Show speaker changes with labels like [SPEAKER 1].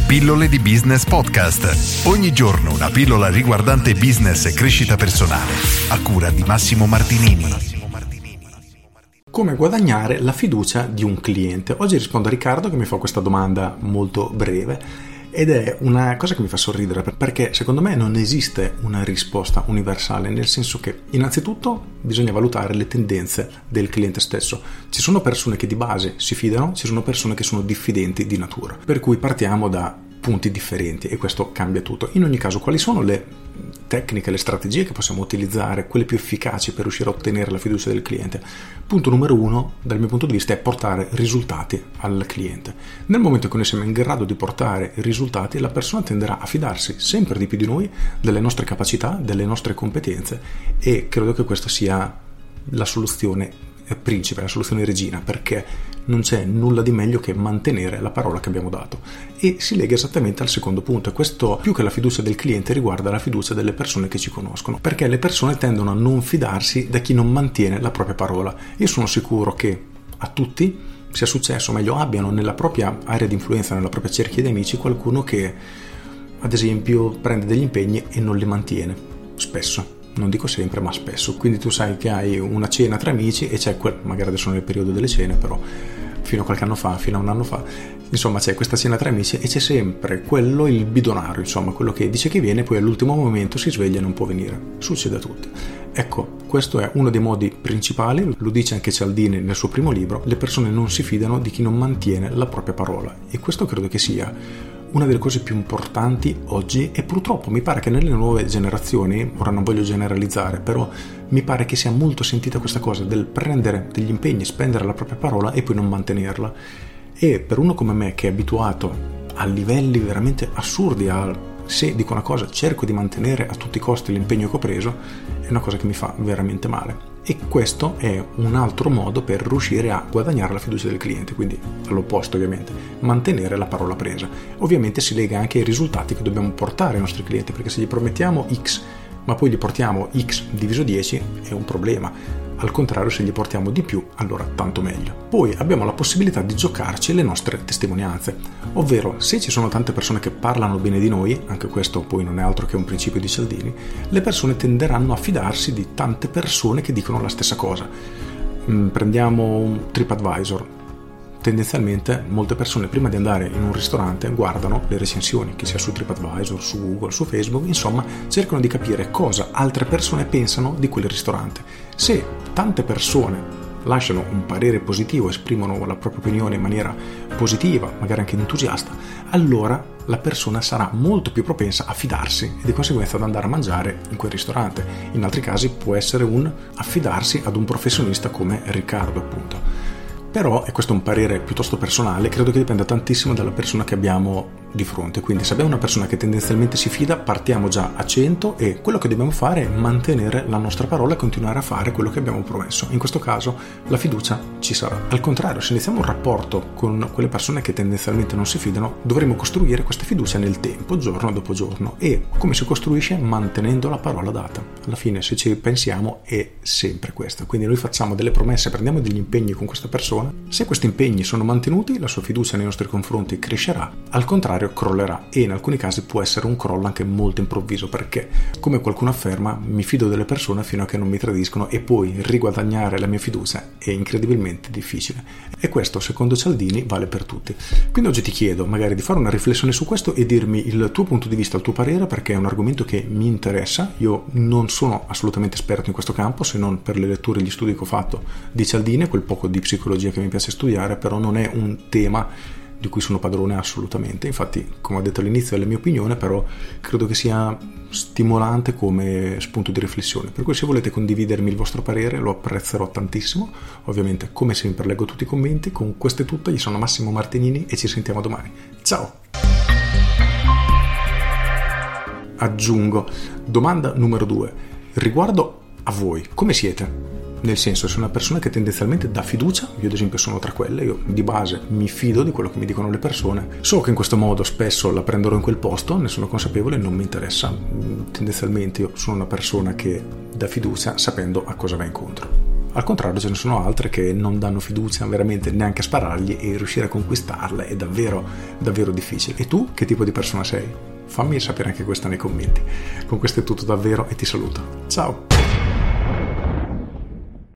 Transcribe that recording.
[SPEAKER 1] Pillole di Business Podcast. Ogni giorno una pillola riguardante business e crescita personale. A cura di Massimo Martinini.
[SPEAKER 2] Come guadagnare la fiducia di un cliente? Oggi rispondo a Riccardo che mi fa questa domanda molto breve ed è una cosa che mi fa sorridere perché secondo me non esiste una risposta universale, nel senso che innanzitutto bisogna valutare le tendenze del cliente stesso. Ci sono persone che di base si fidano, ci sono persone che sono diffidenti di natura, per cui partiamo da punti differenti e questo cambia tutto. In ogni caso, quali sono le tecniche, le strategie che possiamo utilizzare, quelle più efficaci per riuscire a ottenere la fiducia del cliente? Punto numero 1, dal mio punto di vista, è portare risultati al cliente. Nel momento in cui noi siamo in grado di portare risultati, la persona tenderà a fidarsi sempre di più di noi, delle nostre capacità, delle nostre competenze, e credo che questa sia la soluzione principe, la soluzione regina, perché non c'è nulla di meglio che mantenere la parola che abbiamo dato. E si lega esattamente al secondo punto, e questo più che la fiducia del cliente riguarda la fiducia delle persone che ci conoscono, perché le persone tendono a non fidarsi da chi non mantiene la propria parola. Io sono sicuro che a tutti sia successo, o meglio abbiano nella propria area di influenza, nella propria cerchia di amici, qualcuno che ad esempio prende degli impegni e non li mantiene, spesso. Non dico sempre, ma spesso. Quindi tu sai che hai una cena tra amici e c'è magari adesso nel periodo delle cene, però fino a qualche anno fa, fino a un anno fa, insomma c'è questa cena tra amici e c'è sempre quello, il bidonario, insomma quello che dice che viene, poi all'ultimo momento si sveglia e non può venire. Succede a tutti. Ecco, questo è uno dei modi principali, lo dice anche Cialdini nel suo primo libro: le persone non si fidano di chi non mantiene la propria parola, e questo credo che sia una delle cose più importanti oggi, e purtroppo mi pare che nelle nuove generazioni, ora non voglio generalizzare, però mi pare che sia molto sentita questa cosa del prendere degli impegni, spendere la propria parola e poi non mantenerla. E per uno come me, che è abituato a livelli veramente assurdi, se dico una cosa cerco di mantenere a tutti i costi l'impegno che ho preso, è una cosa che mi fa veramente male. E questo è un altro modo per riuscire a guadagnare la fiducia del cliente, quindi all'opposto ovviamente, mantenere la parola presa. Ovviamente si lega anche ai risultati che dobbiamo portare ai nostri clienti, perché se gli promettiamo X ma poi gli portiamo X diviso 10 è un problema. Al contrario, se gli portiamo di più, allora tanto meglio. Poi abbiamo la possibilità di giocarci le nostre testimonianze, ovvero se ci sono tante persone che parlano bene di noi, anche questo poi non è altro che un principio di Cialdini, le persone tenderanno a fidarsi di tante persone che dicono la stessa cosa. Prendiamo un TripAdvisor. Tendenzialmente molte persone prima di andare in un ristorante guardano le recensioni, che sia su TripAdvisor, su Google, su Facebook, insomma cercano di capire cosa altre persone pensano di quel ristorante. Se tante persone lasciano un parere positivo, esprimono la propria opinione in maniera positiva, magari anche entusiasta, allora la persona sarà molto più propensa a fidarsi e di conseguenza ad andare a mangiare in quel ristorante. In altri casi può essere un affidarsi ad un professionista come Riccardo, appunto. Però, e questo è un parere piuttosto personale, credo che dipenda tantissimo dalla persona che abbiamo di fronte. Quindi se abbiamo una persona che tendenzialmente si fida, partiamo già a 100 e quello che dobbiamo fare è mantenere la nostra parola e continuare a fare quello che abbiamo promesso. In questo caso la fiducia ci sarà. Al contrario, se iniziamo un rapporto con quelle persone che tendenzialmente non si fidano, dovremo costruire questa fiducia nel tempo, giorno dopo giorno. E come si costruisce? Mantenendo la parola data. Alla fine, se ci pensiamo, è sempre questo. Quindi noi facciamo delle promesse, prendiamo degli impegni con questa persona. Se questi impegni sono mantenuti, la sua fiducia nei nostri confronti crescerà, al contrario crollerà, e in alcuni casi può essere un crollo anche molto improvviso, perché, come qualcuno afferma, mi fido delle persone fino a che non mi tradiscono, e poi riguadagnare la mia fiducia è incredibilmente difficile. E questo, secondo Cialdini, vale per tutti. Quindi oggi ti chiedo magari di fare una riflessione su questo e dirmi il tuo punto di vista, il tuo parere, perché è un argomento che mi interessa. Io non sono assolutamente esperto in questo campo, se non per le letture e gli studi che ho fatto di Cialdini, quel poco di psicologia che mi piace studiare, però non è un tema di cui sono padrone assolutamente. Infatti, come ho detto all'inizio, è la mia opinione, però credo che sia stimolante come spunto di riflessione, per cui se volete condividermi il vostro parere lo apprezzerò tantissimo. Ovviamente, come sempre, leggo tutti i commenti. Con questo è tutto, io sono Massimo Martinini e ci sentiamo domani. Ciao! Aggiungo, domanda numero 2, riguardo a voi, come siete? Nel senso, se una persona che tendenzialmente dà fiducia, io ad esempio sono tra quelle, io di base mi fido di quello che mi dicono le persone, so che in questo modo spesso la prenderò in quel posto, ne sono consapevole, non mi interessa. Tendenzialmente io sono una persona che dà fiducia sapendo a cosa va incontro. Al contrario, ce ne sono altre che non danno fiducia veramente neanche a sparargli, e riuscire a conquistarle è davvero davvero difficile. E tu che tipo di persona sei? Fammi sapere anche questo nei commenti. Con questo è tutto davvero, e ti saluto. Ciao!